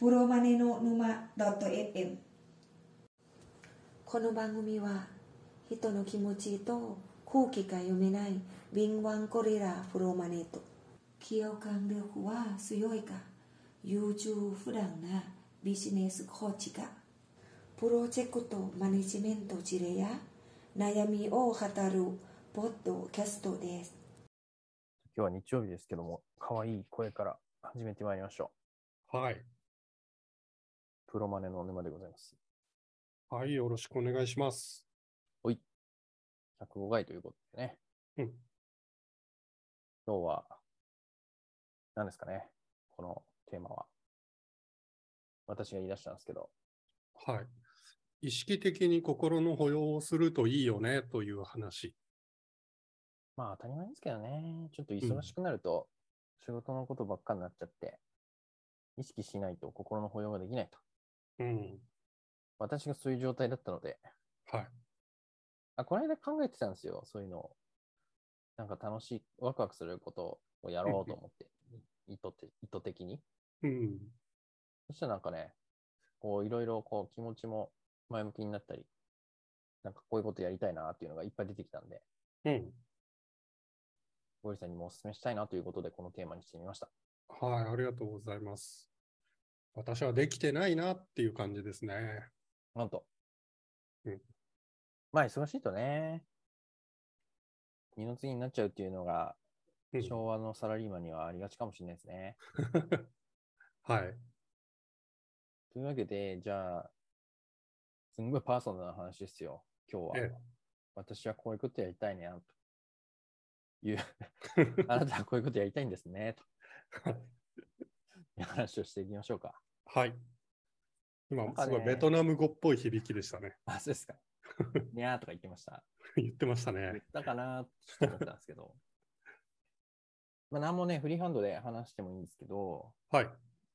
プロマネの沼 .fm この番組は人の気持ちと空気が読めない敏腕ゴリラプロマネと共感力は強いか優柔不断なビジネスコーチがプロジェクトマネジメント事例や悩みを語るポッドキャストです。 今日は日曜日ですけども、可愛い声から始めてまいりましょう。はい。 プロマネの沼でございます。 はい、よろしくお願いします。 おい。105回ということでね。 うん。 今日は、何ですかね、このテーマは。私が言い出したんですけど。 はい。意識的に心の保養をするといいよねという話。 まあ当たり前ですけどね。ちょっと忙しくなると、仕事のことばっかになっちゃって、意識しないと心の保養ができないと。 うん。 私がそういう状態だったので。 はい。 この間考えてたんですよ。そういうのを。なんか楽しい、ワクワクすることをやろうと思って、意図的に。 うん。 そしたらなんかね、こういろいろこう気持ちも前向きになったり、なんかこういうことやりたいなっていうのがいっぱい出てきたんで、 うん。 ゴリさんにもお勧めしたいなということで、このテーマにしてみました。 はい、ありがとうございます。私はできてないなっていう感じですね。 なんと。 うん。 まあ忙しいとね、二の次になっちゃうっていうのが、昭和のサラリーマンにはありがちかもしれないですね。 はい。 というわけで、じゃあ、すんごいパーソナルな話ですよ、今日は。私はこういうことやりたいね、という。あなたはこういうことやりたいんですね、と。いう話をしていきましょうか。 はい。今、すごいベトナム語っぽい響きでしたね。 あ、そうですか。にゃーとか言ってました。 言ってましたね。 言ったかなと思ったんですけど。まあ、何もね、フリーハンドで話してもいいんですけど、 はい。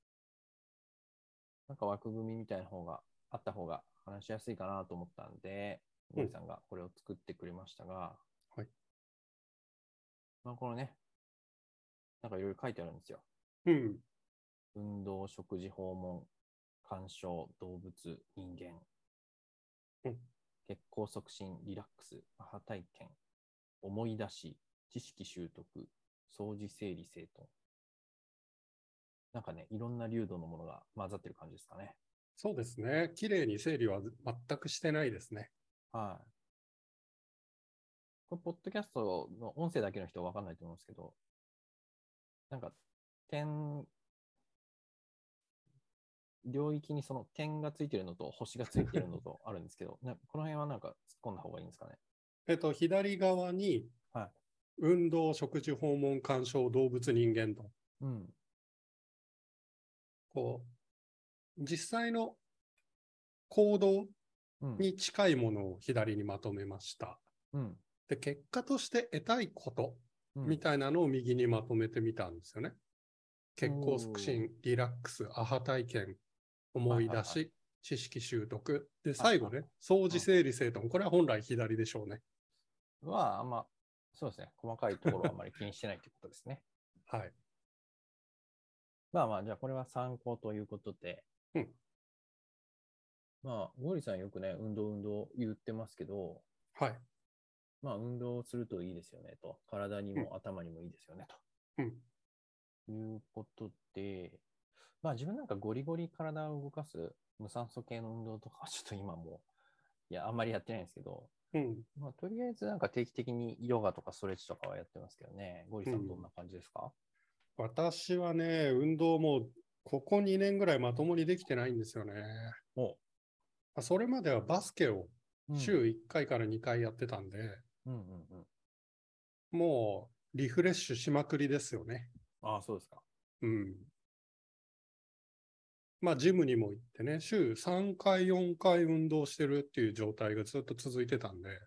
なんか枠組みみたいな方があった方が話しやすいかなと思ったんで、ゴリさんがこれを作ってくれましたが、 はい。 まあ、このね、なんかいろいろ書いてあるんですよ。 うん。 運動、食事、訪問、鑑賞、動物、人間。血行促進、リラックス、アハ体験、思い出し、知識習得、掃除、整理、整頓。なんかね、いろんな流度のものが混ざってる感じですかね。 そうですね。綺麗に整理は全くしてないですね。 はい。これ、ポッドキャストの音声だけの人は分かんないと思うんですけど、なんか、領域にその点がついてるのと星がついてるのとあるんですけど、この辺はなんか突っ込んだ方がいいんですかね。 左側に、 はい、 運動、食事、訪問、鑑賞、動物、人間と。 うん。 こう、実際の行動に近いものを左にまとめました。 うん、 で、結果として得たいことみたいなのを右にまとめてみたんですよね。血行促進、リラックス、アハ体験、思い出し、知識習得。で、最後ね、掃除、整理、整頓。これは本来左でしょうね。 あんま、そうですね。細かいところはあまり気にしてないということですね。 はい。 まあ、じゃあこれは参考ということで。 うん。 まあ、ゴリさんよくね、運動言ってますけど、 はい。 まあ、運動するといいですよねと。体にも頭にもいいですよねと。いうことで、まあ自分なんかゴリゴリ体を動かす無酸素系の運動とかはちょっと今もあんまりやってないんですけど、まあとりあえずなんか定期的にヨガとかストレッチとかはやってますけどね。ゴリさんどんな感じですか？ 私はね、運動もここ2年ぐらいまともにできてないんですよね。それまではバスケを週1回から2回やってたんで、もうリフレッシュしまくりですよね。 ああ、そうですか。 うん。まあ、ジムにも行ってね、週3回、4回運動してるっていう状態がずっと続いてたんで、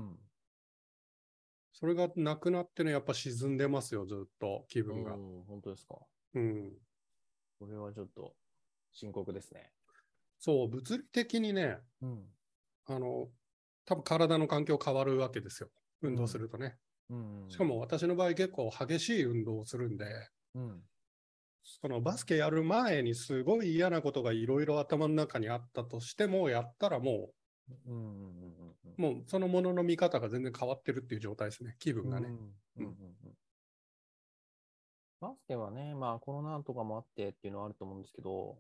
それがなくなってね、やっぱ沈んでますよ、ずっと気分が。 本当ですか。 うん。 これはちょっと深刻ですね。 そう、物理的にね、多分体の環境変わるわけですよ。運動するとね。しかも私の場合結構激しい運動をするんで、 そのバスケやる前にすごい嫌なことがいろいろ頭の中にあったとしても、やったらもうそのものの見方が全然変わってるっていう状態ですね、気分がね。 バスケはね、まあコロナとかもあってっていうのはあると思うんですけど、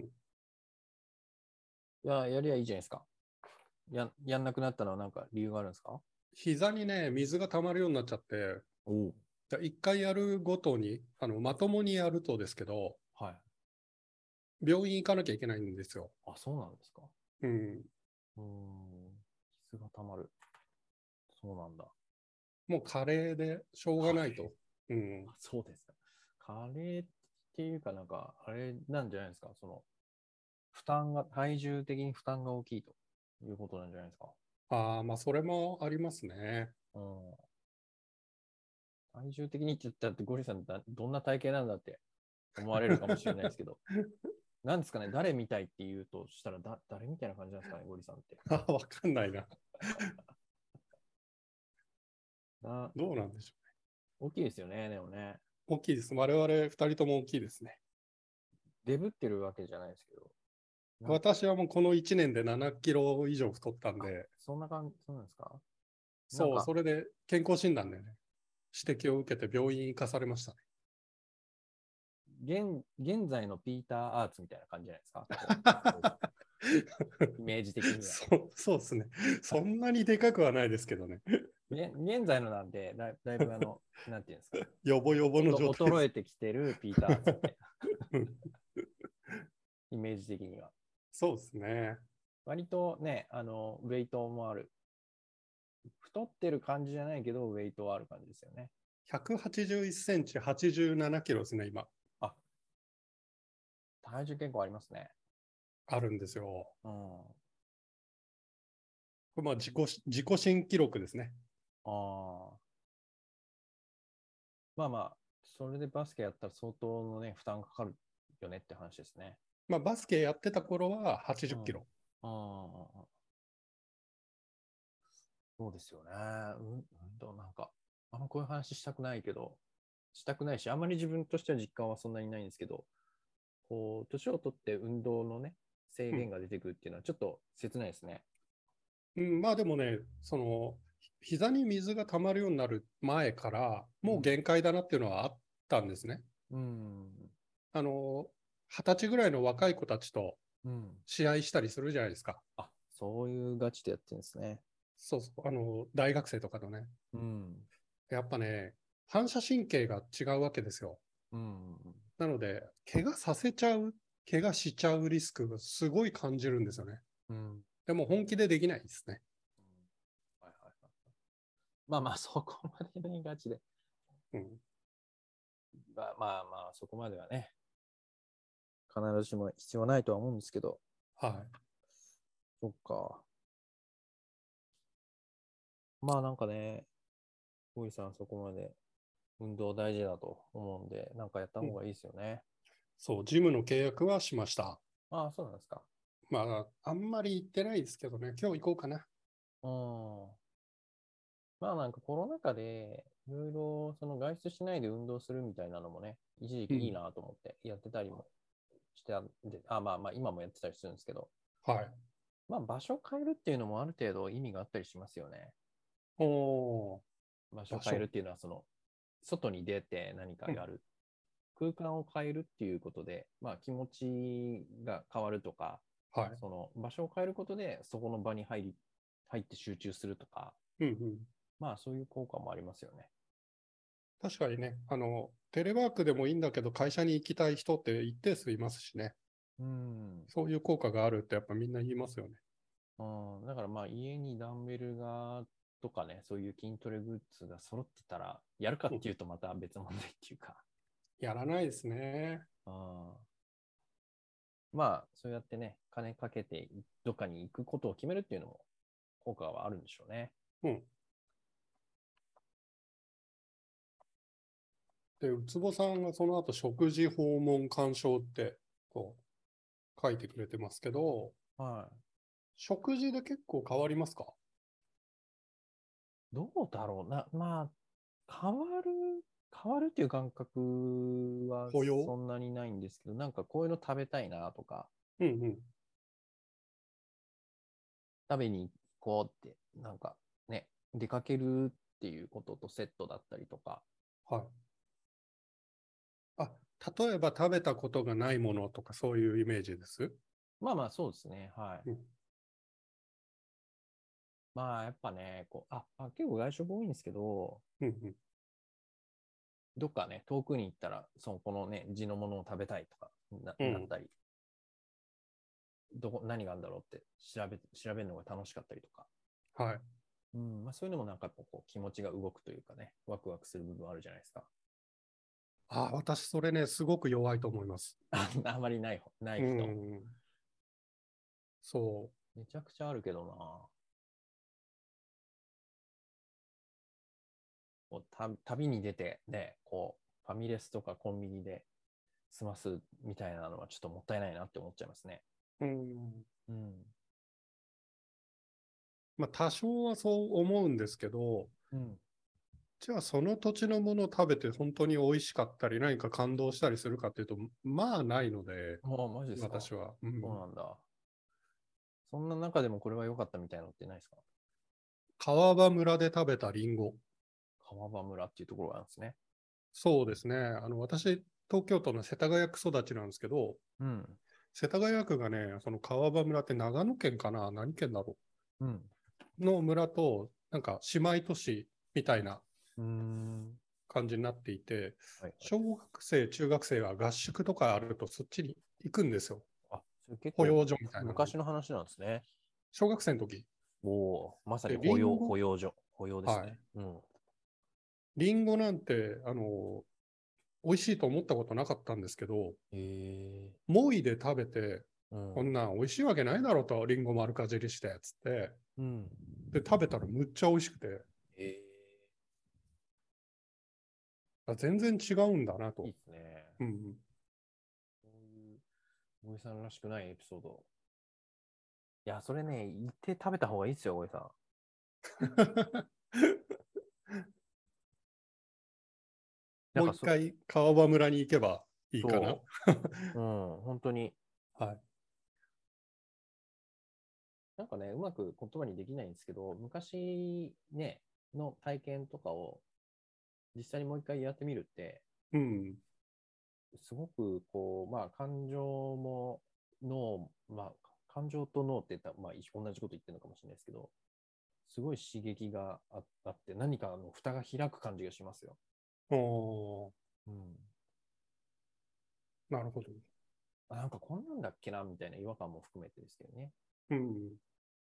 やりゃいいじゃないですか。やんなくなったのはなんか理由があるんですか？ 膝にね、水が溜まるようになっちゃって、一回やるごとに、まともにやるとですけど、病院行かなきゃいけないんですよ。 あ、そうなんですか。水が溜まる。そうなんだ。 もう加齢でしょうがないと。 そうですか。加齢っていうかなんか、あれなんじゃないですか。その、体重的に負担が大きいということなんじゃないですか。 まあそれもありますね。 体重的にって言ったってゴリさんどんな体型なんだって思われるかもしれないですけど、なんですかね、誰みたいって言うとしたら誰みたいな感じなんですかね、ゴリさんって。 わかんないな。どうなんでしょうね。 大きいですよね、でもね。 大きいです。我々2人とも大きいですね。 デブってるわけじゃないですけど。 私はもうこの1年で7キロ以上太ったんで。 そんな感じ、そうなんですか？ そう、それで健康診断でね、指摘を受けて病院行かされましたね。 現在のピーター・アーツみたいな感じじゃないですか。イメージ的には。 そうですね。そんなにでかくはないですけどね。 現在のなんで、だいぶなんていうんですか。 よぼよぼの状態衰えてきてるピーター・アーツみたいな。イメージ的には。 そうですね。 割とね、ウェイトもある。太ってる感じじゃないけど、ウェイトはある感じですよね。 181センチ、87キロですね、今。 体重結構ありますね。 あるんですよ。これまあ自己新記録ですね。 まあ、それでバスケやったら相当のね、負担かかるよねって話ですね。 まあ、バスケやってた頃は80キロ。 そうですよね。なんか、あんまこういう話したくないけど、したくないし、あんまり自分としては実感はそんなにないんですけど、こう、年を取って運動のね、制限が出てくるっていうのはちょっと切ないですね。 まあでもね、膝に水が溜まるようになる前から、もう限界だなっていうのはあったんですね。20歳ぐらいの若い子たちと試合したりするじゃないですか。 そういうガチでやってるんですね。 そうそう、大学生とかとね。やっぱね、反射神経が違うわけですよ。なので、怪我しちゃうリスクがすごい感じるんですよね。でも本気でできないですね。 まあ、そこまでね、ガチで。まあ、そこまではね、必ずしも必要ないとは思うんですけど。そっか。まあなんかね、ゴリさんそこまで運動大事だと思うんで、なんかやった方がいいですよね。 そう、ジムの契約はしました。 そうなんですか。 まあ、あんまり行ってないですけどね、今日行こうかな。 まあなんかコロナ禍で、いろいろその外出しないで運動するみたいなのもね、一時期いいなと思ってやってたりもしてたんで、まあ今もやってたりするんですけど、まあ場所を変えるっていうのもある程度意味があったりしますよね。場所を変えるっていうのは外に出て何かやる。空間を変えるっていうことで、まあ気持ちが変わるとか、その場所を変えることでそこの場に入って集中するとか、まあそういう効果もありますよね。 確かにね、テレワークでもいいんだけど、会社に行きたい人って一定数いますしね。そういう効果があるってやっぱみんな言いますよね。 だからまあ家にダンベルがとかね、そういう筋トレグッズが揃ってたら、やるかっていうとまた別問題っていうか。 やらないですね。 まあそうやってね、金かけてどっかに行くことを決めるっていうのも効果はあるんでしょうね。 で、ウツボさんがその後食事訪問鑑賞ってこう書いてくれてますけど、食事で結構変わりますか？ どうだろうな。まあ、変わる変わるっていう感覚は保養。 そんなにないんですけど、なんかこういうの食べたいなとか、 うんうん。 食べに行こうって、なんかね、出かけるっていうこととセットだったりとか。 はい。あ、例えば食べたことがないものとかそういうイメージです？ まあまあそうですね。はい。 うんまあやっぱね、結構外食多いんですけど、 うんうん。 どっかね、遠くに行ったら、このね、地のものを食べたいとかなったり、何があるんだろうって調べるのが楽しかったりとか。 はい。 まあ、そういうのもなんかこう気持ちが動くというかね、ワクワクする部分あるじゃないですか。 あ、私それね、すごく弱いと思います。 あんまりない人。 うん。そめちゃくちゃあるけどな。こう旅に出て、ね、こう、ファミレスとかコンビニで済ますみたいなのはちょっともったいないなって思っちゃいますね。 う。うん。 うん。 まあ多少はそう思うんですけど、 うん。 じゃあその土地のものを食べて本当に美味しかったり何か感動したりするかっていうと、まあないので、 マジですか？ 私は。うん。 そうなんだ。そんな中でもこれは良かったみたいなのってないですか？ 川場村で食べたリンゴ。 川場村っていうところがあるんですね。 そうですね。私、東京都の世田谷区育ちなんですけど、 うん。 世田谷区がね、その川場村って長野県かな、何県だろうん。 うの村と、なんか姉妹都市みたいなうーん。 感じになっていて、 はいはい。 小学生、中学生は合宿とかあるとそっちに行くんですよ。 それ結構保養所みたいなのに。 昔の話なんですね。 小学生の時。 おお、まさにで、リンゴ、 保養所。保養ですはい。 ね。うん。 リンゴなんて、美味しいと思ったことなかったんですけど、 へえ。 もいで食べて、 うん。 こんなん美味しいわけないだろうと、リンゴ丸かじりして、つって。 うん。 で、食べたらむっちゃ美味しくて、 へえ。 全然違うんだなと。 いいですね。 うん。 そういう、ゴイさんらしくないエピソード。いや、それね、行って食べた方がいいですよ、ゴイさん。なんかもう一回川場村に行けばいいかな。 うん、本当に。 はい。 なんかね、うまく言葉にできないんですけど、昔ね、の体験とかを実際にもう一回やってみるって、 うん。 すごくこう、まあ、感情も脳、まあ、感情と脳って言ったら、まあ、同じこと言ってるのかもしれないですけど、すごい刺激があって、何かの蓋が開く感じがしますよ。 おー、 うん。 なるほど。 なんかこんなんだっけなみたいな違和感も含めてですけどね。 うん。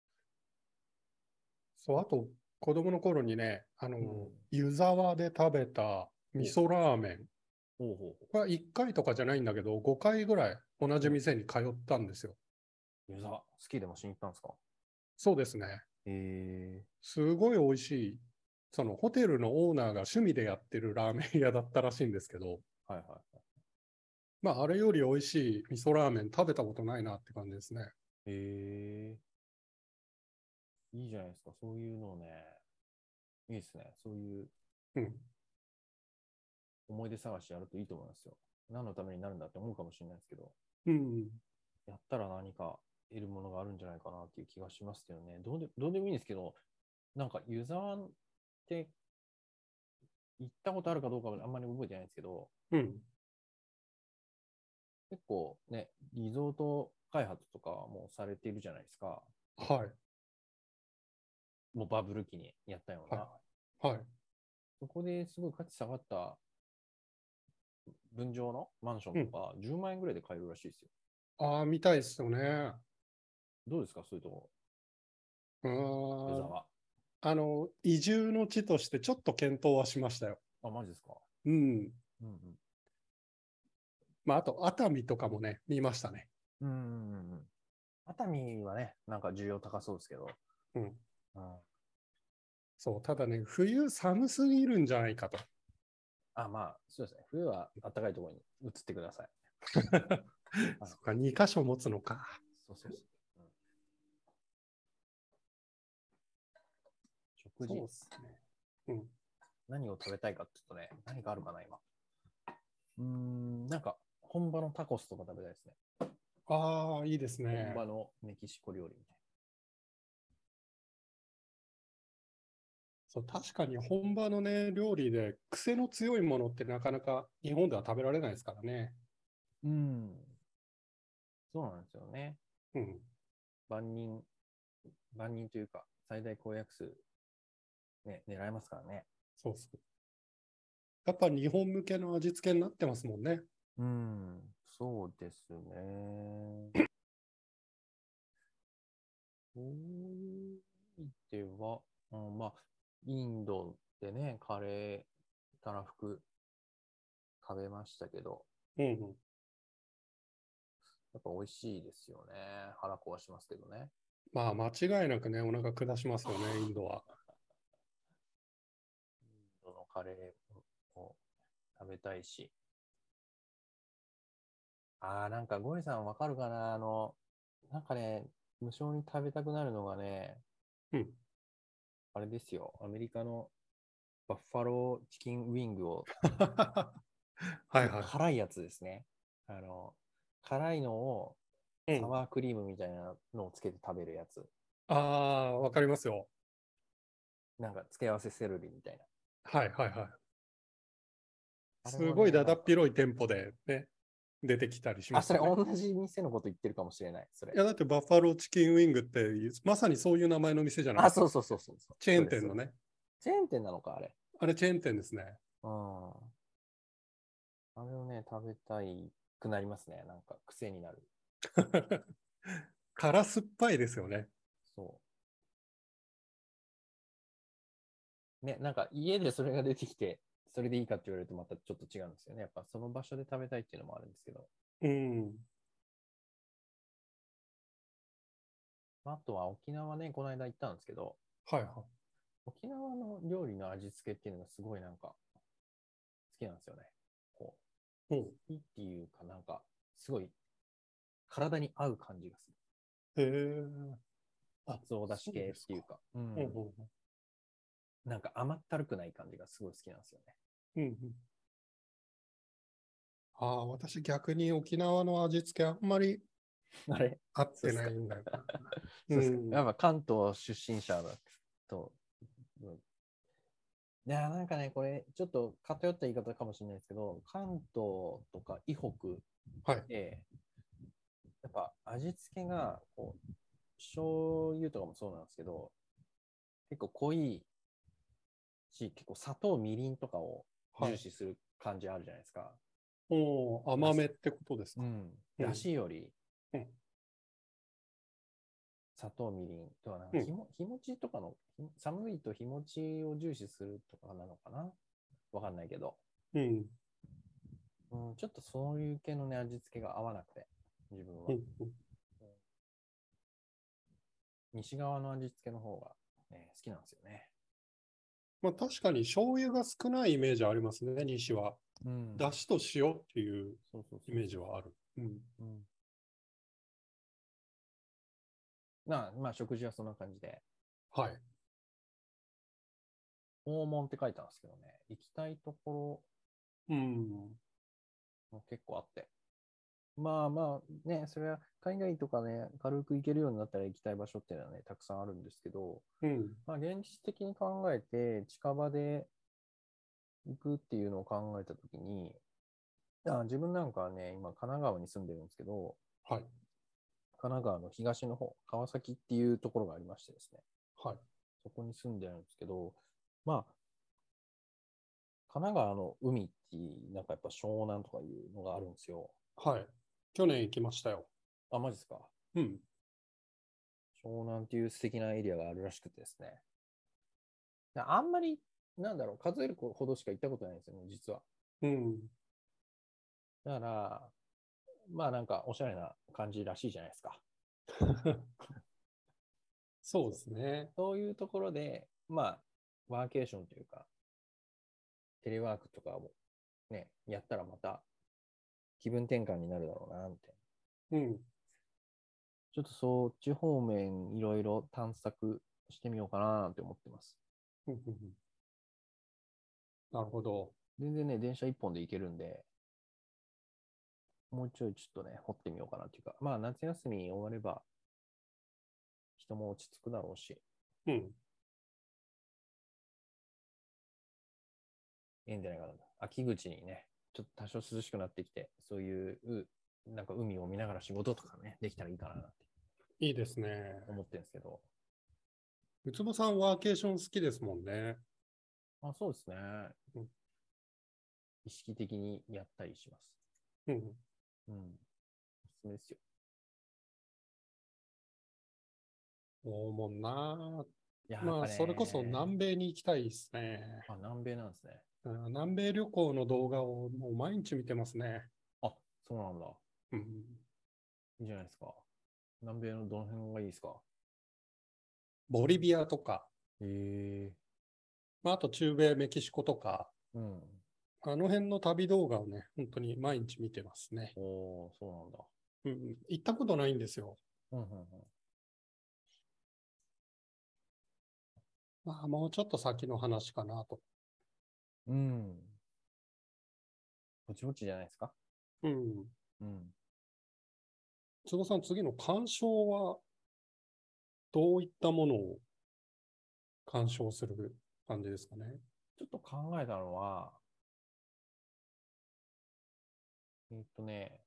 そう、あと、子供の頃にね、 うん。 湯沢で食べた味噌ラーメンほうほうほは1回とかじゃないんだけど、5回ぐらい同じう。 店に通ったんですよ。 湯沢、好きでもしに行ったんですか？ そうですね。 えすごい美味しい。そのホテルのオーナーが趣味でやってるラーメン屋だったらしいんですけど、 はいはい。 まあ、あれより美味しい味噌ラーメン食べたことないなって感じですね。 いいじゃないですか。そういうのね。いいですね。そういううん。 思い出探しやるといいと思いますよ。何のためになるんだって思うかもしれないですけど、 うん。 やったら何か得るものがあるんじゃないかなっていう気がしますけどね。どうでもいいんですけど、なんか湯沢って行ったことあるかどうかはあんまり覚えてないんですけど、 うん。 結構ね、リゾート開発とかもされているじゃないですか。 はい。 もうバブル期にやったようはい。 な。 はい。 そこですごい価値下がった分譲のマンションうん。 とか10万円ぐらいで買えるらしいですよ。 ああ、見たいですよね。 どうですか、そういうとこ？ うーん。 湯沢。 移住の地としてちょっと検討はしましたよ。 マジですか？ うん。 うんまあ、あと、熱海とかもね、見ましたね。 うん。熱海はね、なんか需要高そうですけど。 うん。 うん、 そう、ただね、冬寒すぎるんじゃないかと。 まあ、そうですね。冬は暖かいところに移ってください。 そっか、2箇所持つのか。 そう。うん、食事。 そうですね。うん。 何を食べたいかって言うとね、何があるかな、今。なんか、本場のタコスとか食べたいですね。 ああ、いいですね。 本場のメキシコ料理みたいそう、確かに本場のね、料理で癖の強いものってなかなか日本では食べられないですからね。 な。そうなんですよね。 うん。 万人というか、最大公約数、ね、狙えますからね。 そうそう。やっぱ日本向けの味付けになってますもんね。 そうですね。そういう意味では、まあ、インドでね、カレー、たらふく食べましたけど、 うんうん。 やっぱ美味しいですよね。腹壊しますけどね。 まあ、間違いなくね、お腹下しますよね、インドは。 インドのカレーを食べたいし。なんかゴリさんわかるかななんかね、無性に食べたくなるのがね、 うん。 あれですよ。アメリカのバッファローチキンウィングを、 はいはい。 辛いやつですね。あの、辛いのをうん。 サワークリームみたいなのをつけて食べるやつ。 ああ、わかりますよ。 なんか付け合わせセロリみたいな。 はいはいはい。すあれもね、 ごいだだなんか、 っ広い店舗でね、出てきたりしまそれすよね。 同じ店のこと言ってるかもしれない。それ。 いや、だってバッファローチキンウィングってまさにそういう名前の店じゃなかった。 そうそうそうそうそう。 チェーそうです、そうです。 ン店のね。 チェーン店なのか、あれ。 あれチェーン店ですね。 うん。あれをね、食べたいくなりますね。なんか癖になる。 辛酸っぱいですよね。 そう。ね、なんか家でそれが出てきて、それでいいかって言われるとまたちょっと違うんですよね。やっぱその場所で食べたいっていうのもあるんですけど。 うん。 あとは沖縄ね、この間行ったんですけど、 はいは沖縄の料理の味付けっていうのがすごいなんか好きなんですよね。こい。うん。 う、好きっていうかなんか、すごい体に合う感じがする。 へえ。あ、 かつおだしそうですか。 系っていうか、 うんうんなんか甘ったるくない感じがすごい好きなんですよね。 うん。うんうん。ああ、私逆に沖縄の味付けあんまりあれ合ってそうっすか。 ないんだよな。うそうっすか。やん。 っぱ関東出身者だと、いや、なんかね、これ、ちょっと偏った言い方かもしれないですけど、関東とか以北はい。 で、やっぱ味付けが、こう、醤油とかもそうなんですけど、結構濃いし、結構砂糖、みりんとかをはい。 重視する感じあるじゃないですか。 おー、 だし、 甘めってことですか。 だうん。 しよりうん。 砂糖、みりんとはなんかうん。 日持ちとかの、寒いと日持ちを重視するとかなのかなわかんないけど、 うん。 ちょっとそういう系のね、味付けが合わなくて、自分は。 うん。うん。 西側の味付けの方が、ね、好きなんですよね。 まあ確かに醤油が少ないイメージありますね、西は。 うん。 だしと塩っていうそうそうイそうそう。 メージはある。うん。 まあ、食事はそんな感じで。 はい。 訪問って書いてあるんですけどね、行きたいとこうん。 ろも結構あって。まあまあね、それは海外とかね、軽く行けるようになったら行きたい場所っていうのはね、たくさんあるんですけど、 うん。 まあ現実的に考えて近場で行くっていうのを考えたときに、自分なんかはね、今神奈川に住んでるんですけど、 はい。 神奈川の東の方、川崎っていうところがありましてですね、 はい。 そこに住んでるんですけど、まあ、神奈川の海って、なんかやっぱ湘南とかいうのがあるんですよ。 はい。去年行きましたよ。 マジですか。 うん。 湘南っていう素敵なエリアがあるらしくてですね。あんまり、なんだろう、数えるほどしか行ったことないんですよね、実は。 うん。 だから、まあなんかおしゃれな感じらしいじゃないですか。 そうでそう、 すね。 そういうところで、まあ、ワーケーションというか、テレワークとかをね、やったらまた気分転換になるだろうな、みたいな。 うん。 ちょっとそっち方面いろいろ探索してみようかな、なんて思ってます。 うんうんうんなるほど。 全然ね、電車一本で行けるんで、もうちょいちょっとね、掘ってみようかなっていうか、まあ夏休み終われば人も落ち着くだろうし、 うん。 いいんじゃないかな。秋口にね、ちょっと多少涼しくなってきて、そういう、なんか海を見ながら仕事とかね、できたらいいかなっていいですね。 思ってるんですけど。 うつぼさんワーケーション好きですもんね。 あ、そうですね。 うん。 意識的にやったりします。 うん。 うん。おすすめですよ。 思うもんな。まあ、 やっぱそれこそね、 南米に行きたいですね。 あ、南米なんですね。 南米旅行の動画をもう毎日見てますね。 あ、そうなんだ。 うん。 いいじゃないですか。南米のどの辺がいいですか？ ボリビアとか、 へえ。 まあ、あと中米メキシコとか、 うん。 あの辺の旅動画をね、本当に毎日見てますね。 おー、そうなんだ。 うん。行ったことないんですよ。 うんうんまあ、もうちょっと先の話かなと。 うん。うん。ぼちぼちじゃないですか。 うん。 うん。 津田さん、次の鑑賞はどういったものを鑑賞する感じですかね。 ちょっと考えたのは、ね、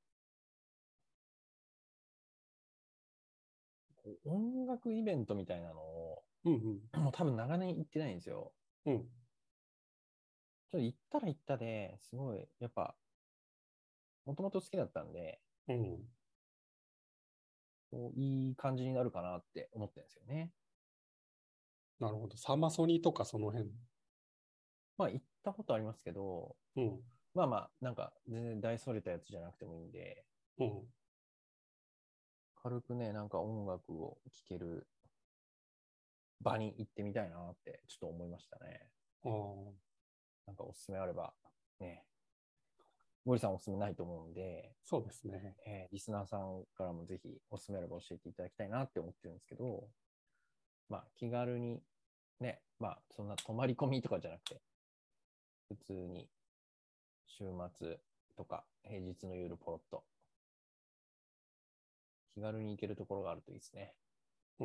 音楽イベントみたいなのを、 うんうん。 もう多分長年行ってないんですよ。 うん。 ちょっと行ったら行ったで、すごい、やっぱ、もともと好きだったんで、 うん。 こういい感じになるかなって思ってるんですよね。 なるほど。サマソニとかその辺。 まあ行ったことありますけど、 うん。 まあまあ、なんか全然大それたやつじゃなくてもいいんで、 うん。 軽くね、なんか音楽を聴ける場に行ってみたいなってちょっと思いましたね。 ああ、 なんかおすすめあれば、ね、ゴリさんおすすめないと思うんで、 そうですね。 リスナーさんからもぜひおすすめあれば教えていただきたいなって思ってるんですけど、まあ気軽にね、まあそんな泊まり込みとかじゃなくて、普通に週末とか平日の夜ポロッと気軽に行けるところがあるといいですね。 うん。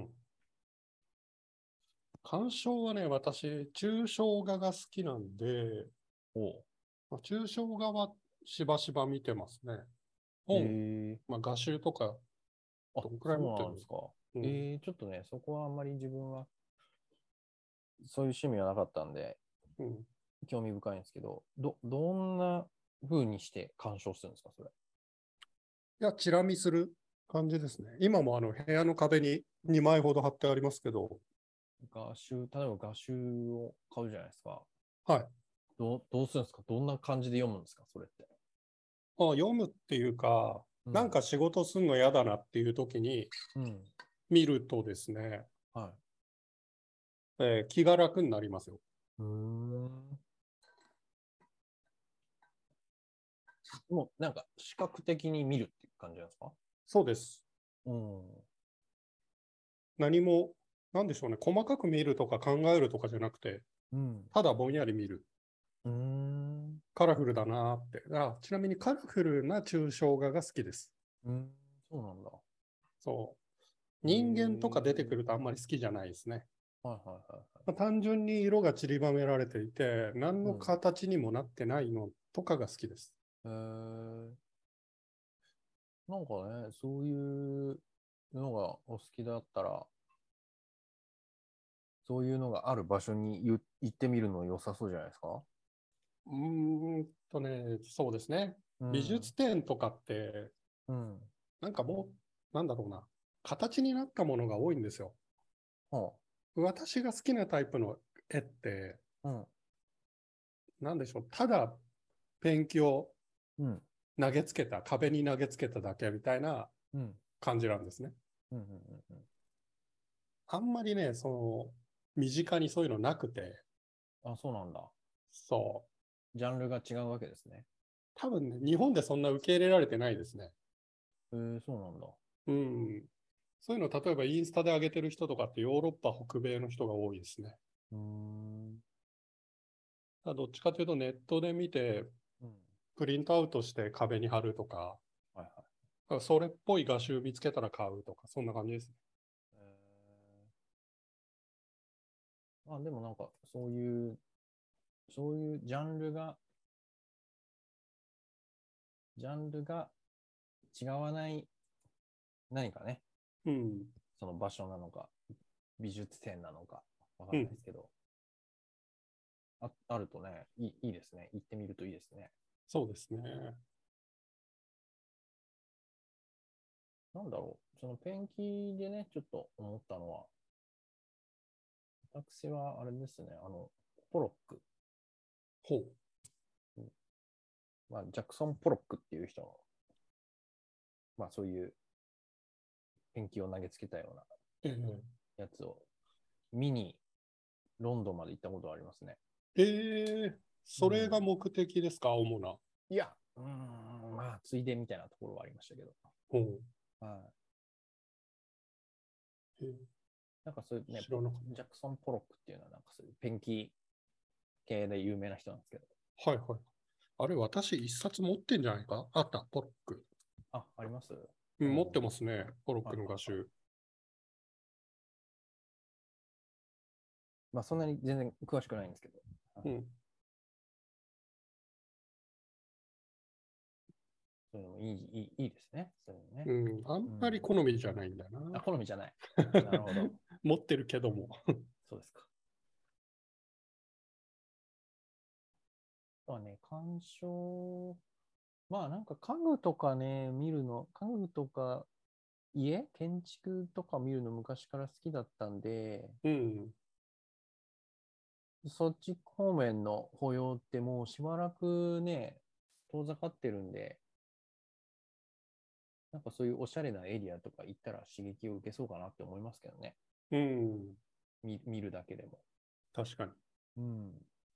鑑賞はね、私、抽象画が好きなんで、 おまあ、抽象画はしばしば見てますね。 へ本、 え。 まあ、画集とか、 あ、 どんくらいそう持ってるの？ なんですか。 うん。 ちょっとね、そこはあんまり自分はそういう趣味はなかったんで、 うん。 興味深いんですけど、どんな風にして鑑賞するんですか、それ。 いや、チラ見する感じですね。今も部屋の壁に2枚ほど貼ってありますけど、 例えば画集を買うじゃないですか。 はい。 どうするんですか？どんな感じで読むんですか、それって。 読むっていうか、 うん。 なんか仕事するの嫌だなっていう時にうん。 見るとですね、 は気が楽になりますよ。 い。もう、なんか、視覚的に見るっていう感じなんですか？ そうです。 うん。 何も、なんでしょうね、細かく見るとか考えるとかじゃなくて、 うん。 ただぼんやり見る。 うん。 カラフルだなって。ちなみにカラフルな抽象画が好きです。 うん。そうなんだ。 そう。 へ人間とか出てえ。 くるとあんまり好きじゃないですね。 はいはいはいはい。 単純に色が散りばめられていて、何のうん。 形にもなってないのとかが好きです。 なんかね、そういうのがお好きだったら、そういうのがある場所に行ってみるの良さそうじゃないですか？ そうですね。美うん。 術展とかって、 うん。 なんかもう、なんだろうな、形になったものが多いんですよ。 は私が好きなタイプの絵って、 あ。うん。 なんでしょう、ただペンキをうん。 投げつけた、壁に投げつけただけみたいなうん。 感じなんですね。 うん。うん。うん。 あんまりね、身近にそういうのなくて、 あ、そうなんだ。 そう。 ジャンルが違うわけですね。 多分ね、日本でそんな受け入れられてないですね。 そうなんだ。 うん。そういうの、例えばインスタで上げてる人とかってヨーロッパ、北米の人が多いですね。 うーん。 どっちかというとネットで見て、プリントアウトして壁に貼るとか、それっぽい画集見つけたら買うとか、そんな感じですね。 でもなんか、そういうジャンルが違わない何かね、その場所なのか、美術展なのか、わかんないですけど、あるとね、いいですね。行ってみるといいですね。 そうですね。 なんだろう、そのペンキでね、ちょっと思ったのは、私はあれですね、ポロック。 ほう。 ジャクソン・ポロックっていう人の、そういうペンキを投げつけたようなやつを見にロンドンまで行ったことがありますね。 それが目的ですか、主な。 いや、ついでみたいなところはありましたけど。なんかそういうね、ジャクソン・ポロックっていうのは、なんかそういうペンキ系で有名な人なんですけど。 はいはい。あれ、私一冊持ってんじゃないか？あった、ポロック。 あります？ 持ってますね、ポロックの画集。 そんなに全然詳しくないんですけど。そういうのもいいですね。そういうのね。 あんまり好みじゃないんだな。 好みじゃない。なるほど。 持ってるけども。 そうですか。ね、鑑賞、なんか家具とかね、見るの、家具とか建築とか見るの昔から好きだったんで、そっち方面の保養ってもうしばらくね、遠ざかってるんで、なんかそういうおしゃれなエリアとか行ったら刺激を受けそうかなって思いますけどね。見るだけでも。 確かに。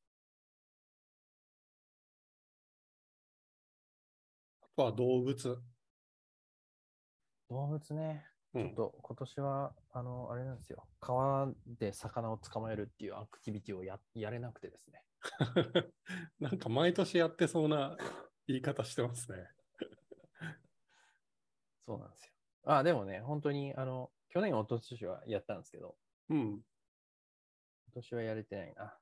あとは動物。 動物ね。ちょっと今年は、あれなんですよ。川で魚を捕まえるっていうアクティビティをやれなくてですね。 なんか毎年やってそうな言い方してますね。 そうなんですよ。でもね、本当に、去年、一昨年はやったんですけど、今年はやれてないな。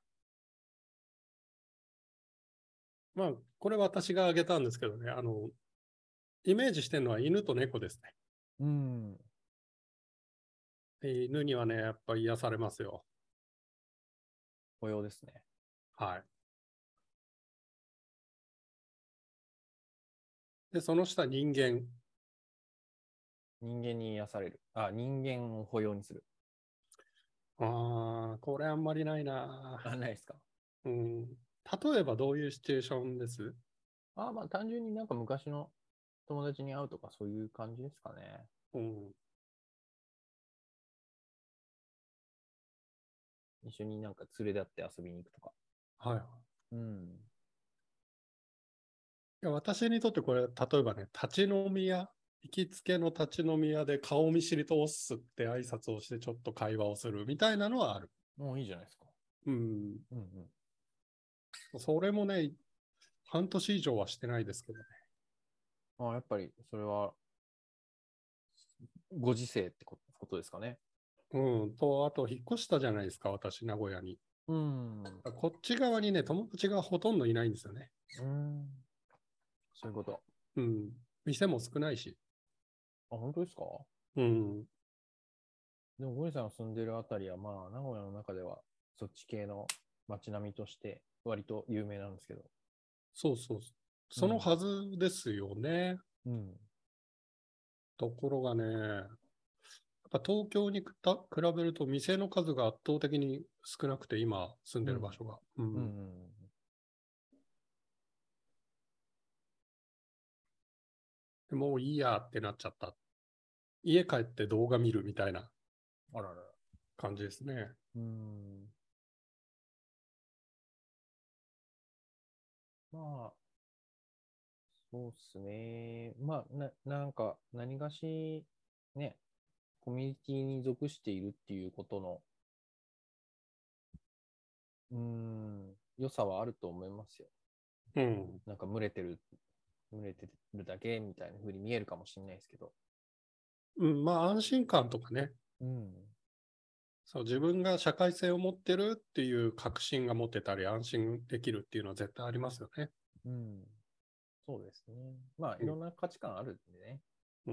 これ私が挙げたんですけどね、イメージしてるのは犬と猫ですね。犬にはね、やっぱり癒されますよ。 保養ですね。 はい。で、その下、人間。 人間に癒される。人間を保養にする。 これあんまりないな。 ないですか。 例えばどういうシチュエーションです？ 単純になんか昔の友達に会うとかそういう感じですかね。一緒になんか連れ立って遊びに行くとか。 私にとってこれ、例えばね、立ち飲み屋、行きつけの立ち飲み屋で顔見知り通すって挨拶をしてちょっと会話をするみたいなのはある。 もういいじゃないですか。 それもね、半年以上はしてないですけどね。 やっぱりそれはご時世ってことですかね。 あと引っ越したじゃないですか、私、名古屋に。こっち側にね、友達がほとんどいないんですよね。 そういうこと。 店も少ないし。 本当ですか？でも、ゴリさんが住んでるあたりは、名古屋の中では、そっち系の街並みとして、割と有名なんですけど。 そう。そのはずですよね。ところがね、やっぱ東京に比べると店の数が圧倒的に少なくて、今住んでる場所が。もういいやってなっちゃった。家帰って動画見るみたいな感じですね。 そうですね。なんか、何がし、ね、コミュニティに属しているっていうことの、 良さはあると思いますよ。 うん。 なんか群れてるだけみたいな風に見えるかもしれないですけど。 うん、まあ安心感とかね。 うん。 そう、自分が社会性を持ってるっていう確信が持てたり、安心できるっていうのは絶対ありますよね。 うん。そうですね。まあ、 うん。 いろんな価値観あるんでね。 うん。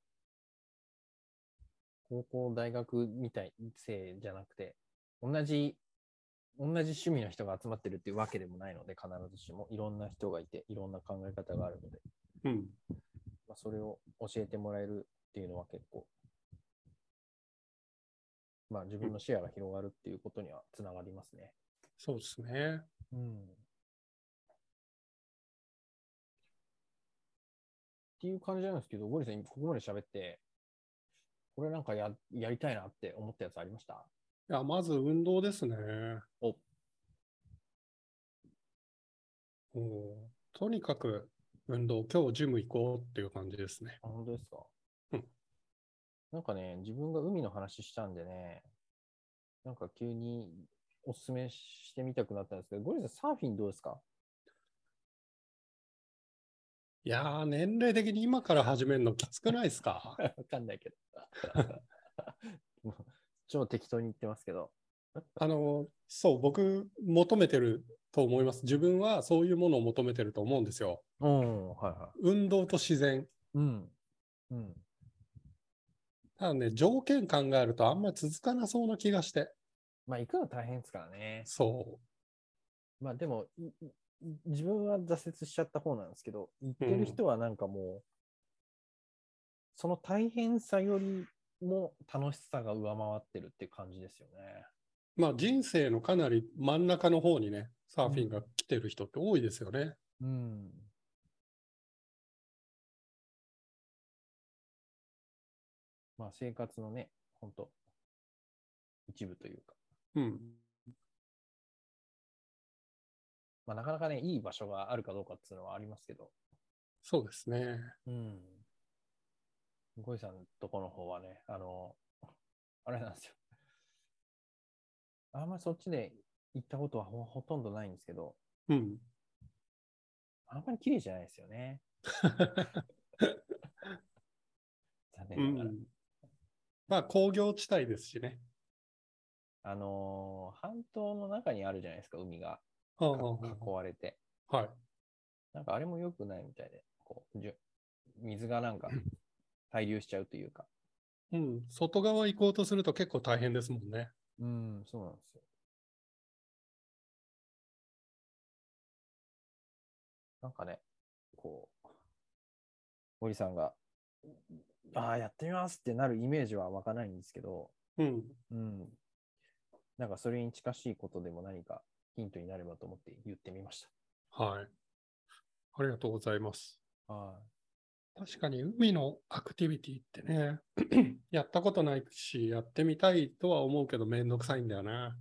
高校、大学みたい生じゃなくて、同じ趣味の人が集まってるっていうわけでもないので、必ずしもいろんな人がいて、いろんな考え方があるので、 うん。 まあ、それを教えてもらえるっていうのは結構、まあ、自うん、 分の視野が広がるっていうことにはつながりますね。 そうですね。 うん。っていう感じなんですけど、ゴリさん、ここまで喋って、これなんかやりたいなって思ったやつありました？ いや、まず運動ですね。 お、 とにかく運動、今日ジム行こうっていう感じですね。 本当ですか？ うん。 なんかね、自分が海の話したんでね、なんか急におすすめしてみたくなったんですけど、ゴリさん、サーフィンどうですか？ いやー、年齢的に今から始めるのきつくないですか？ わかんないけど。もう超適当に言ってますけど。 そう、僕、求めてると思います。自分はそういうものを求めてると思うんですよ。 うん、はいは運動と自然。 い。うん。うん。 ただね、条件考えるとあんまり続かなそうな気がして。 まあ、行くの大変ですからね。 そまあ、でも、自分は挫折しちゃった方なんですけど、行っう。うてるん。 人はなんかもう、その大変さよりも楽しさが上回ってるっていう感じですよね。 まあ人生のかなり真ん中の方にね、サーうん。 フィンが来てる人って多いですよね。 うん。まあ、生活のね、本当一部というか。 うん。 まあ、なかなかね、いい場所があるかどうかっていうのはありますけど。 そうですね。 うん。ゴイさんのとこの方はね、あれなんですよ。あんまりそっちで行ったことはほとんどないんですけど、 うん。 あんまり綺麗じゃないですよね。残念ながら。 うん。まあ工業地帯ですしね。 半島の中にあるじゃないですか、海がはあはあは囲われて。 あ、はい。 なんかあれも良くないみたいで、水がなんか滞留しちゃうというか。 うん。外側行こうとすると結構大変ですもんね。 うん、そうなんですよ。なんかね、こう、森さんが、ああ、やってみますってなるイメージは湧かないんですけど、 うん。 うん。なんかそれに近しいことでも何かヒントになればと思って言ってみましはい。ありがとうございます。 た。は確かに海のアクティビティってね、やったことないし、やってみたいとは思うけどめんどくさいんだよな。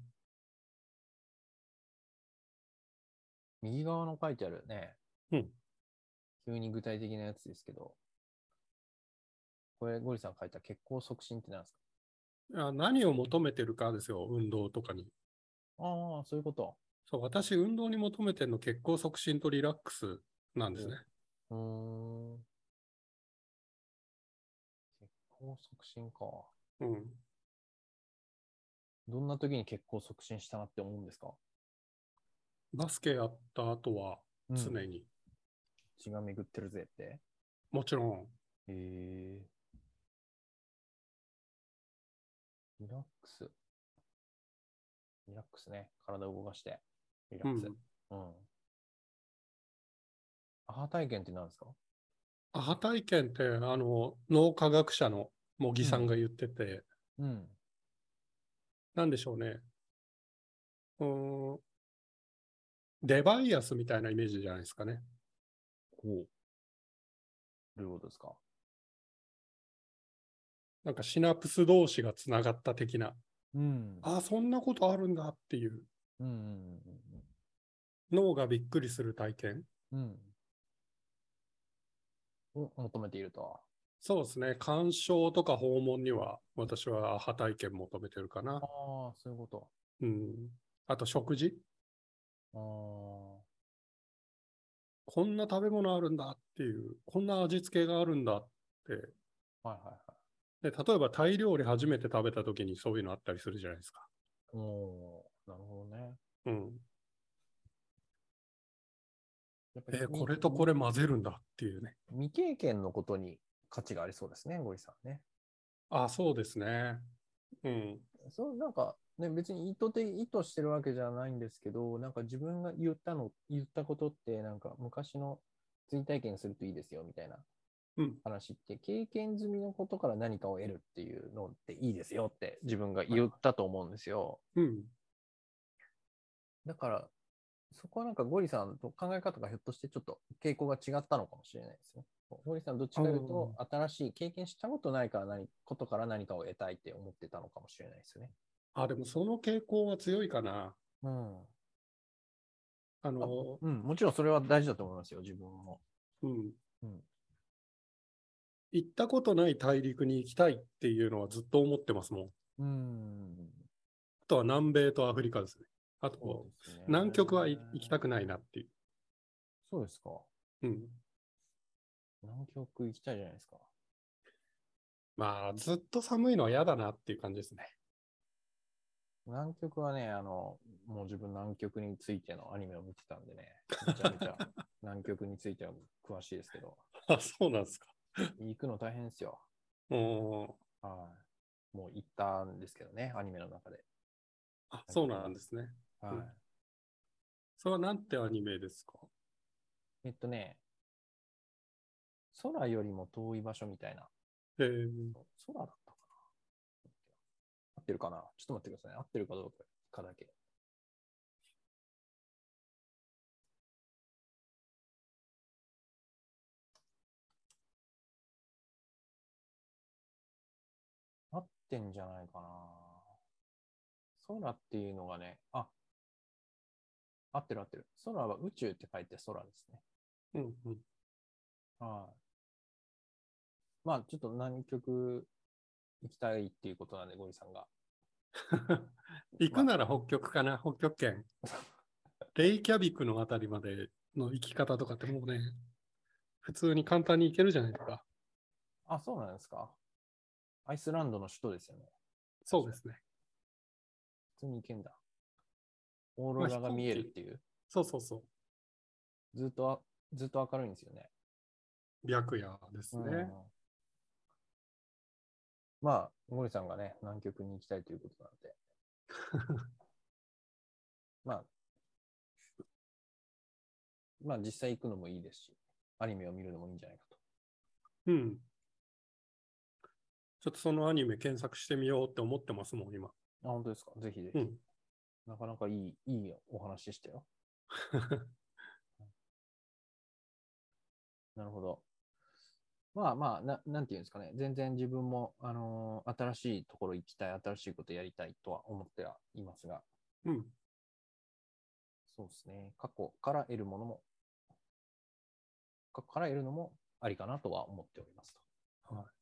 い。右側の書いてあるね、 うん。 急に具体的なやつですけど、これゴリさん書いた血行促進って何です何を求めてるかですよ、運動とかに。 か？ああ、そういうこと。 そう、私、運動に求めてるの血行促進とリラックスなんですね。 うーん。血行促進か。 うん。 どんな時に血行促進したなって思うんですか？ バスケやった後はうん。 常に、 血が巡ってるぜって。 もちろん、 へえ。リラックス。リラックスね。体を動かして。リラックス。 うん。 うん。アハ体験って何ですか？ アハ体験って、脳科学者の茂木うん。 さんが言ってて、 うん。 なんでしょうね。うーん、デバイアスみたいなイメージじゃないですかね。 ほう。どういうことですか？ なんかシナプス同士がつながった的な、 うん。 ああ、そんなことあるんだっていううん。 脳がびっくりする体験。 うん。を求めていると。 そうですね。鑑賞とか訪問には私はアハ体験求めてるかな。 ああ、そういうこと。 うん。あと食事。 あこんな食べ物あるんだっていう、こんな味付けがあるんだって。 はいはいはい。 で、例えばタイ料理初めて食べた時にそういうのあったりするじゃないですか。 おー、なるほどね。 うん。 やっぱりこれとこれ混ぜるんだっていうね。 未経験のことに価値がありそうですね、ゴリさんね。 あ、そうですね。うん。 そう、なんかね、別に意図してるわけじゃないんですけど、なんか自分が言ったことって、なんか昔の追体験するといいですよみたいなうん。 話って、経験済みのことから何かを得るっていうのっていいですよって自分がはい。 言ったと思うんですよ。 うん。 だから、そこはなんかゴリさんと考え方がひょっとしてちょっと傾向が違ったのかもしれないですね。ゴリさんどっちあかというと、 ー新しい経験したことないからことから何かを得たいって思ってたのかもしれないですよね。 でもその傾向は強いかな。 うん。 あの、 うん、もちろんそれは大事だと思いますよ、自分も。 うん。 うん。 行ったことない大陸に行きたいっていうのはずっと思ってますもん。 うん。 あとは南米とアフリカですね。あそうと、 ですね。 南極は行きたくないなっていう。 そうですか。 うん。 南極行きたいじゃないですか。 まあ、ずっと寒いのは嫌だなっていう感じですね。 南極はね、もう自分南極についてのアニメを見てたんでね、めちゃめちゃ南極については詳しいですけど、 あ、そうなんですか。 行くの大変ですよ。 うん。 はい。もう行ったんですけどね、アニメの中で。 あ、そうなんですね。うん。 はそれはなんてアニメですか？ い。空よりも遠い場所みたいな。 えー、 空だったかな、合ってるかな、ちょっと待ってくださいね。合ってるかどうかだけ。合ってんじゃないかな。空っていうのがね、合ってる合ってる。空は宇宙って書いて空ですね。 うんうん。 はい。まあ、ちょっと南極行きたいっていうことなんで、ゴリさんが。 行くまなら北極かな、北極圏。レイキャビクのあたりまでの行き方とかってもうね、普通に簡単に行けるじゃないですか。 そうなんですか。アイスランドの首都ですよね。 そうですね。 普通に行けんだ。オーまあロラが見えるっ飛行機、 ていう。 そうそうそう。 ずっと、ずっと明るいんですよね。 白夜ですうね。 ん。まあ、ゴリさんがね、南極に行きたいということなんで、まあ、まあ実際行くのもいいですし、アニメを見るのもいいんじゃないかと。 うん。ちょっとそのアニメ検索してみようって思ってますもん、今。 本当ですか。ぜひぜひ。 うん。 なかなかいいお話でしたよ。なるほど。まあまあ、なんていうんですかね。全然自分も、新しいところ行きたい、新しいことやりたいとは思ってはいますが、 うん。 そうですね。過去から得るのもありかなとは思っておりますと。 はい。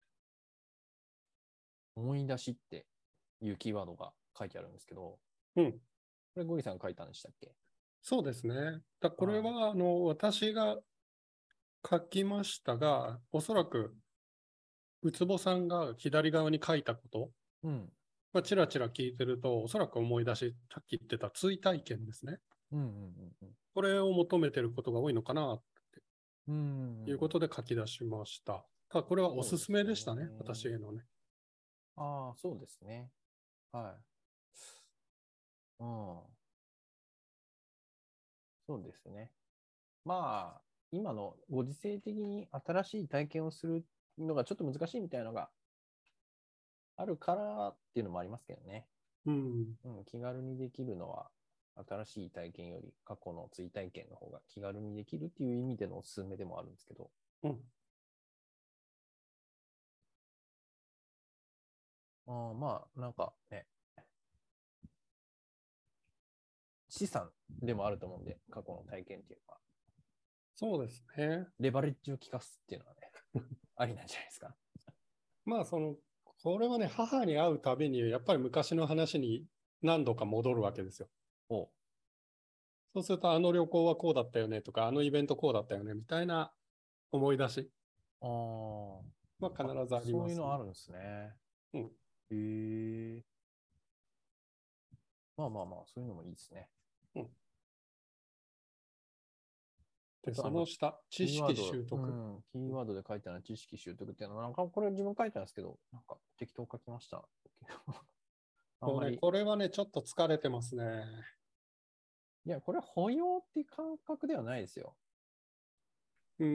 思い出しっていうキーワードが書いてあるんですけど、 うん。 これゴリさんが書いたんでしたっけ？ そうですね。これはは、私が書きましたが、おそらく、ウツボさんが左側に書いたこと、 い。うん。 まあ、ちらちら聞いてると、おそらく思い出し、さっき言ってた追体験ですね。 うんうんこれを求めてることが多いのかな、 うんうん。 ということで書き出しました。ただ、これはおすすめでしたね、私へのね。 そうですね。はい。うん。そうですね。まあ、今のご時世的に新しい体験をするのがちょっと難しいみたいなのがあるからっていうのもありますけどね。 うん。 うん、気軽にできるのは、新しい体験より過去の追体験の方が気軽にできるっていう意味でのおすすめでもあるんですけど、 うん。 まあ、なんかね、資産でもあると思うんで、過去の体験っていうのは。 そうですね。 レバレッジを効かすっていうのはね、ありなんじゃないですか。 まあ、これはね、母に会うたびに、やっぱり昔の話に何度か戻るわけですよ。 おそうすると、あの旅行はこうだったよねとか、あのイベントこうだったよねみたいな思い出しあは必あ、 ずありそうますね。 いうのあるんですね。 うん。 へえ。まあまあまあ、そういうのもいいですね。 うん。で、そあとの下、知識キーワード、 習得。 キーワードで書いてある知識習得っていうのは、なんかこれ自分書いたんですけど、なんか適当書きました。あんまり。 これはね、ちょっと疲れてますね。 いや、これ保養っていう感覚ではないですよ。 うん。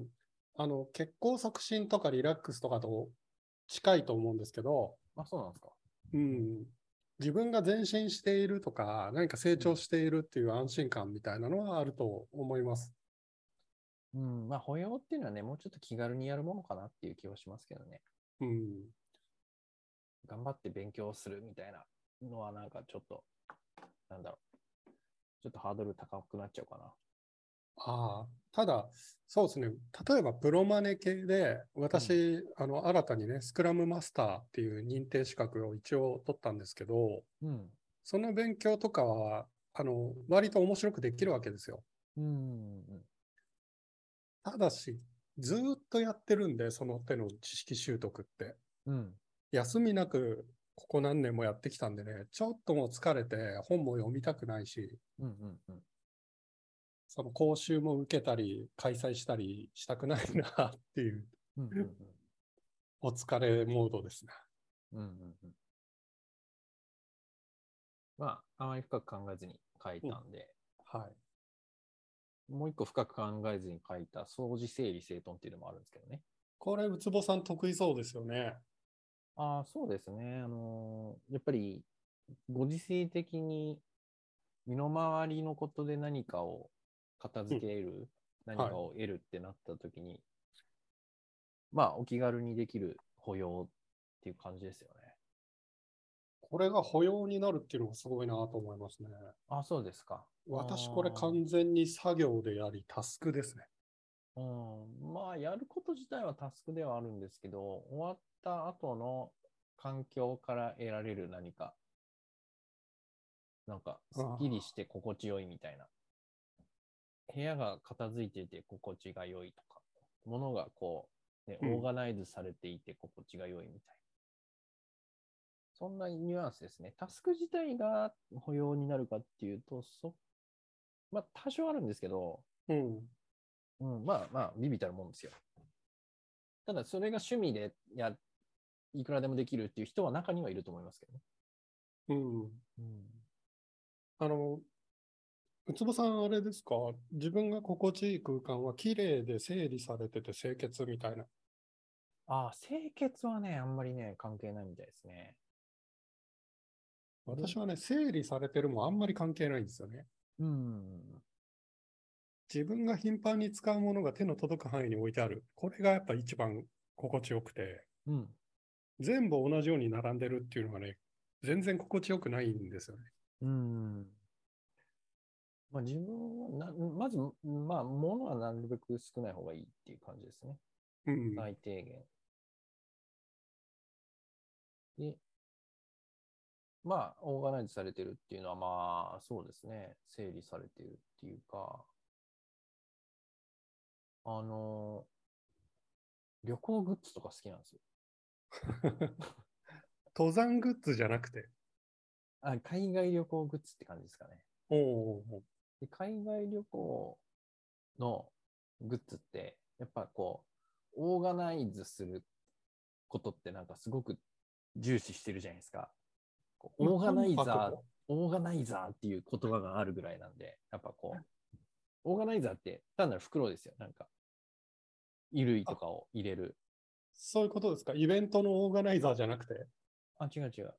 血行促進とかリラックスとかと近いと思うんですけど、 あ、そうなんですか。 うん。自分が前進しているとか、何か成長しているっていう安心感みたいなのはあると思います。 うん、まあ保養っていうのはね、もうちょっと気軽にやるものかなっていう気はしますけどね。 うん。 頑張って勉強するみたいなのはなんかちょっと、なんだろう。ちょっとハードル高くなっちゃうかな。 ああ、ただ、そうですね。例えば、プロマネ系で、私、新たにね、スクラムマスターっていう認定資格を一応取ったんですけど、 うん。 その勉強とかは、割と面白くできるわけですよ。 うん。 ただし、ずーっとやってるんで、その手の知識習得って。 うん。 休みなく、ここ何年もやってきたんでね、ちょっともう疲れて、本も読みたくないし、 うん。うん。うん。 その講習も受けたり、開催したりしたくないなっていう、 うん。うん。 お疲れモードですね。 うん。うん。うん。まあ、あまり深く考えずに書いうん、 たんで、 はい。 もう一個深く考えずに書いた掃除整理整頓っていうのもあるんですけどね。 これ、ウツボさん得意そうですよね。 ああ、そうですね。やっぱり、ご時世的に身の回りのことで何かを片うん、 付ける、何はい。 かを得るってなった時に、まあ、お気軽にできる保養っていう感じですよね。 これが保養になるっていうのがすごいなと思いますね。 あ、そうですか。 私、これ完全に作業でやり、タスクですね。 うん、まあ、やること自体はタスクではあるんですけど、終わった後の環境から得られる何か、なんか、すっきりあして心地よいみたいな。部屋が片付いていて心地が良いとか、物がこう、ね、 うん。 オーガナイズされていて心地が良いみたいな。そんなニュアンスですね。タスク自体が保養になるかっていうと、まあ、多少あるんですけど、 うん。 うん、まあまあ、ビビたるもんですよ。ただ、それが趣味でいくらでもできるっていう人は中にはいると思いますけどね。 うん。 うん、 あの、ウツボさん、あれですか？自分が心地いい空間は綺麗で整理されてて清潔みたいな。 ああ、清潔はね、あんまりね、関係ないみたいですね。で、 私はね、整理されてるもあんまり関係ないんですよね。 うん、 自分が頻繁に使うものが手の届く範囲に置いてある。これがやっぱ一番心地よくて、 うん、 全部同じように並んでるっていうのがね、全然心地よくないんですよね。 うん。まあ、自分はまず、まあ、物はなるべく少ない方がいいっていう感じですね。 うん。 最低限。で、まあ、オーガナイズされてるっていうのは、まあ、そうですね。整理されてるっていうか、あの、旅行グッズとか好きなんですよ。 登山グッズじゃなくて。 海外旅行グッズって感じですかね。 おお。 で、海外旅行のグッズって、やっぱこう、オーガナイズすることってなんかすごく重視してるじゃないですか。 まあ、コンパクト。 オーガナイザーっていう言葉があるぐらいなんで、やっぱこう、オーガナイザーって単なる袋ですよ。なんか、衣類とあ、 かを入れる。 そういうことですか？イベントのオーガナイザーじゃなくて。 あ、違う違う。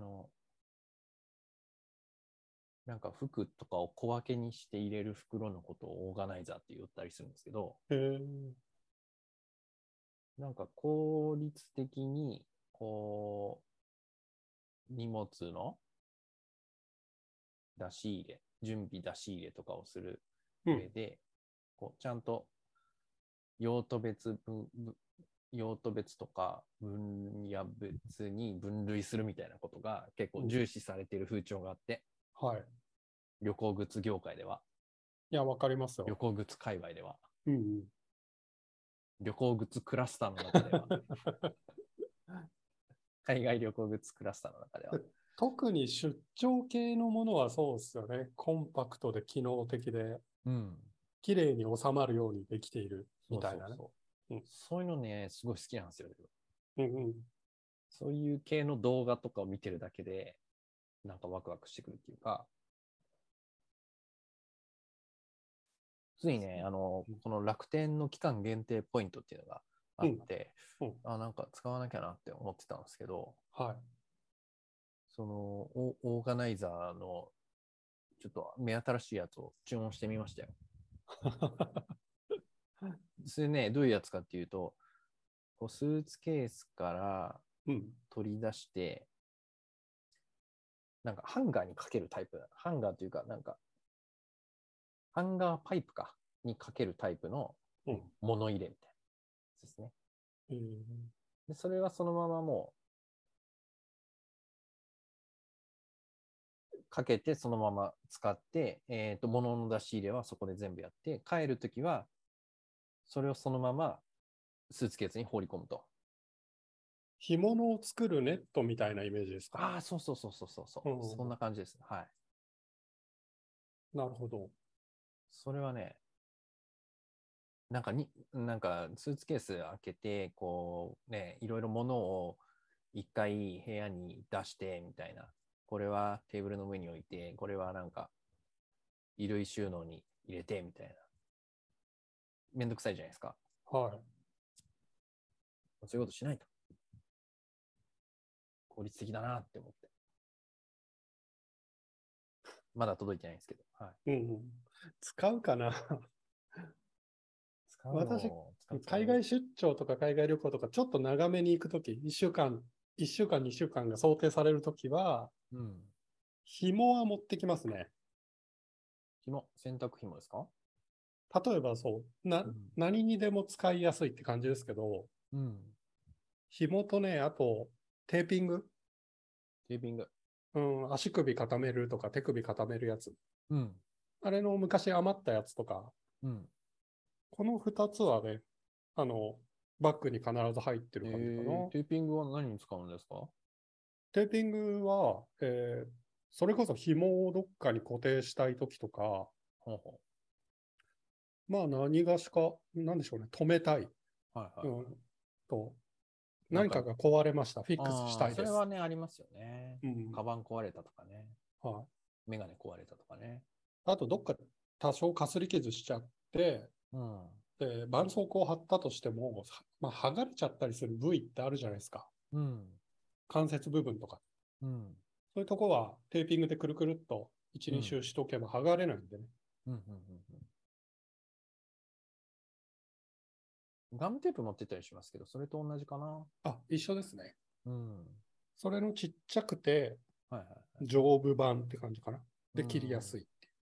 なんか服とかを小分けにして入れる袋のことをオーガナイザーって言ったりするんですけど、 へえ。 なんか効率的に、こう、荷物の出し入れ、準備出し入れとかをするうん。 上で、こうちゃんと用途別分、用途別とか分野別に分類するみたいなことが結構うん。 重視されている風潮があって、 はい。 旅行グッズ業界では。 いや、わかりますよ。 旅行グッズ界隈では。 うんうん、 旅行グッズクラスターの中では。海外旅行グッズクラスターの中では。 特に出張系のものはそうですよね。コンパクトで機能的で、 うん。 綺麗に収まるようにできているみたいなね。 そういうのね、すごい好きなんですよ。 うんうん、 そういう系の動画とかを見てるだけで、なんかワクワクしてくるっていうか、ついね、この楽天の期間限定ポイントっていうのがあって、なんか使わなきゃなって思ってたんですけど、 はい。 そのオーガナイザーのちょっと目新しいやつを注文してみましたよ。それね、どういうやつかっていうと、こうスーツケースから取り出して、なんかハンガーにかけるタイプ。ハンガーというか、なんか、ハンガーパイプかにかけるタイプの物入れみたいなですね。でそれはそのままもうかけてそのまま使って、物の出し入れはそこで全部やって、帰るときはそれをそのままスーツケースに放り込むと。 干物を作るネットみたいなイメージですか？ ああ、そうそうそうそうそうそう、そんな感じです。はい。 なるほど。 それはね、なんかスーツケース開けて、こうね、いろいろ物を一回部屋に出してみたいな。これはテーブルの上に置いて、これはなんか衣類収納に入れてみたいな。めんどくさいじゃないですか。 はい。 そういうことしないと。効率的だなって思って。まだ届いてないんですけど。はい。 使うかな私、海外出張とか海外旅行とか、ちょっと長めに行くとき、1週間、2週間が想定されるときは、紐は持ってきますね。 洗濯紐ですか？ 例えばそう、何にでも使いやすいって感じですけど、紐とね、あと、テーピング。足首固めるとか手首固めるやつ。あれの昔余ったやつとか、この2つはね、バッグに必ず入ってる感じかな。 テーピングは何に使うんですか？ テーピングは、それこそ紐をどっかに固定したいときとか、まあ何がしか、なんでしょうね、止めたい。何かが壊れました。フィックスしたいです。 それはね、ありますよね。カバン壊れたとかね。メガネ壊れたとかね。 あと、どっか多少かすり傷しちゃって、絆創膏を貼ったとしても、剥がれちゃったりする部位ってあるじゃないですか。関節部分とか。そういうとこはテーピングでくるくるっと1、2周しとけば剥がれないんでね。 ガムテープ持ってたりしますけど、それと同じかな。 一緒ですね。それのちっちゃくて、丈夫版って感じかな。で、切りやすいっていう。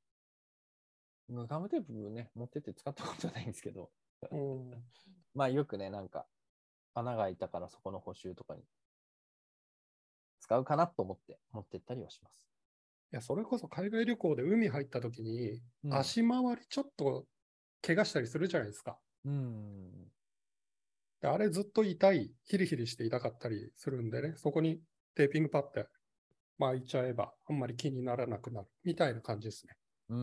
ガムテープね、持ってって使ったことないんですけど。まあよくね、なんか、穴が開いたからそこの補修とかに使うかなと思って持ってったりはします。 いや、それこそ海外旅行で海入った時に、足回りちょっと怪我したりするじゃないですか。であれずっと痛い、ヒリヒリして痛かったりするんでね、そこにテーピングパッて巻いちゃえばあんまり気にならなくなるみたいな感じですね。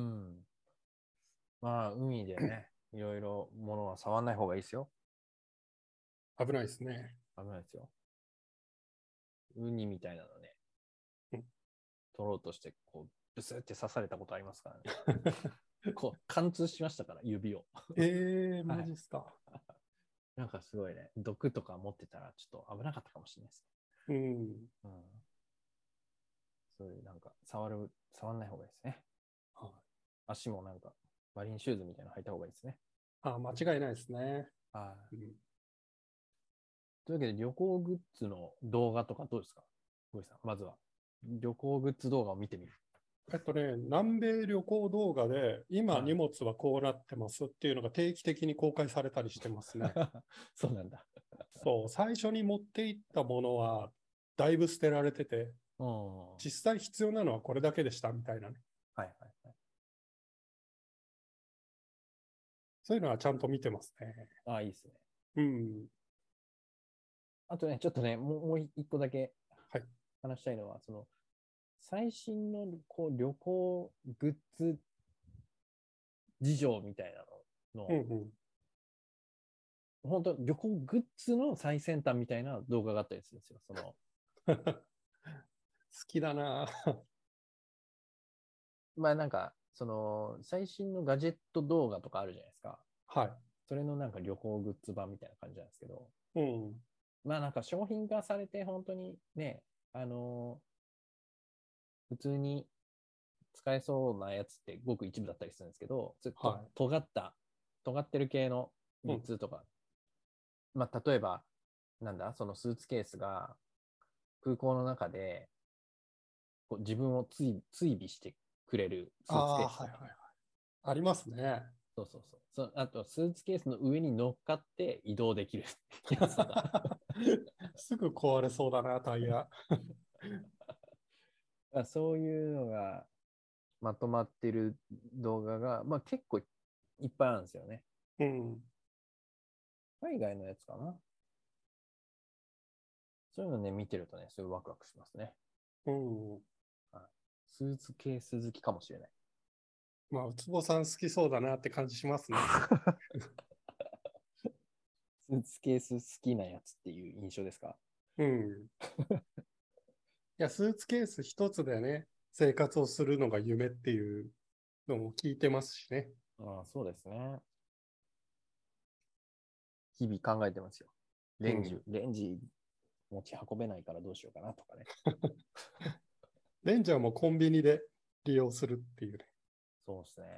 まあ海でね、いろいろ物は触らない方がいいですよ。 危ないですね。 危ないですよ。ウニみたいなのね、取ろうとして、こう、ブスって刺されたことありますからね。こう、貫通しましたから、指を。 マジっすか。 なんかすごいね、毒とか持ってたらちょっと危なかったかもしれないですね。そういうなんか、触らない方がいいですね。足もなんか、マリンシューズみたいなの履いた方がいいですね。 間違いないですね。 というわけで、旅行グッズの動画とかどうですか？ゴイさん、まずは。旅行グッズ動画を見てみる。 南米旅行動画で、今荷物はこうなってますっていうのが定期的に公開されたりしてますね。 そうなんだ。 そう、最初に持っていったものは、だいぶ捨てられてて、 実際必要なのはこれだけでしたみたいなね。 はいはいはい。 そういうのはちゃんと見てますね。 ああ、いいですね。 うん。 あとね、ちょっとね、もう一個だけはい。 話したいのは、最新の旅行グッズ事情みたいなのの、 うんうん。 本当旅行グッズの最先端みたいな動画があったりするんですよ。 好きだな。 まあなんか、最新のガジェット動画とかあるじゃないですか。 はい。 それのなんか旅行グッズ版みたいな感じなんですけど、 うん。 まあなんか商品化されて本当にね、あの普通に使えそうなやつってごく一部だったりするんですけど、ちょっとは尖ってる系のい。うグッん。 ズとか、まあ例えば、なんだ、そのスーツケースが空港の中で自分を追尾してくれるスーツケああ、 ースとか、 はいはいはい。ありますね。 そうそうそう。あと、スーツケースの上に乗っかって移動できるやつとか。 すぐ壊れそうだな、タイヤ。 そういうのがまとまってる動画が、まあ、結構いっぱいあるんですよね。 うん。 海外のやつかな。そういうのね、見てるとね、すごいワクワクしますね。 うん。 スーツケース好きかもしれない。 まあ、ウツボさん好きそうだなって感じしますね。 スーツケース好きなやつっていう印象ですか？ うん。いや、スーツケース一つでね、生活をするのが夢っていうのも聞いてますしね。 ああ、そうですね。日々考えてますよ。 うん。 レンジ持ち運べないからどうしようかなとかね。 レンジャーもコンビニで利用するっていうね。 そうですね。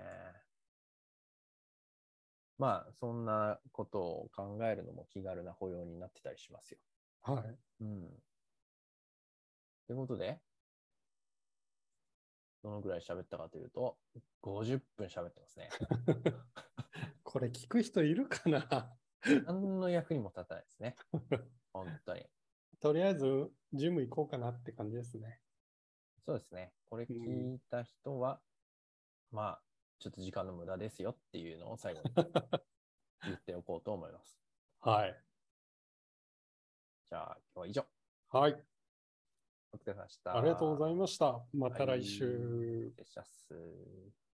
まあ、そんなことを考えるのも気軽な保養になってたりしますよ。 はい。 うん。ということで、どのぐらい喋ったかというと、50分喋ってますね。 これ聞く人いるかな？ 何の役にも立たないですね。本当に。 とりあえず、ジム行こうかなって感じですね。 そうですね。これうん、 聞いた人は、まあ、ちょっと時間の無駄ですよっていうのを最後に言っておこうと思います。 はい。 じゃあ、今日は以上。 はい。 お疲れ様でした。 ありがとうございました。まはい。 た来週。 でしゃっす。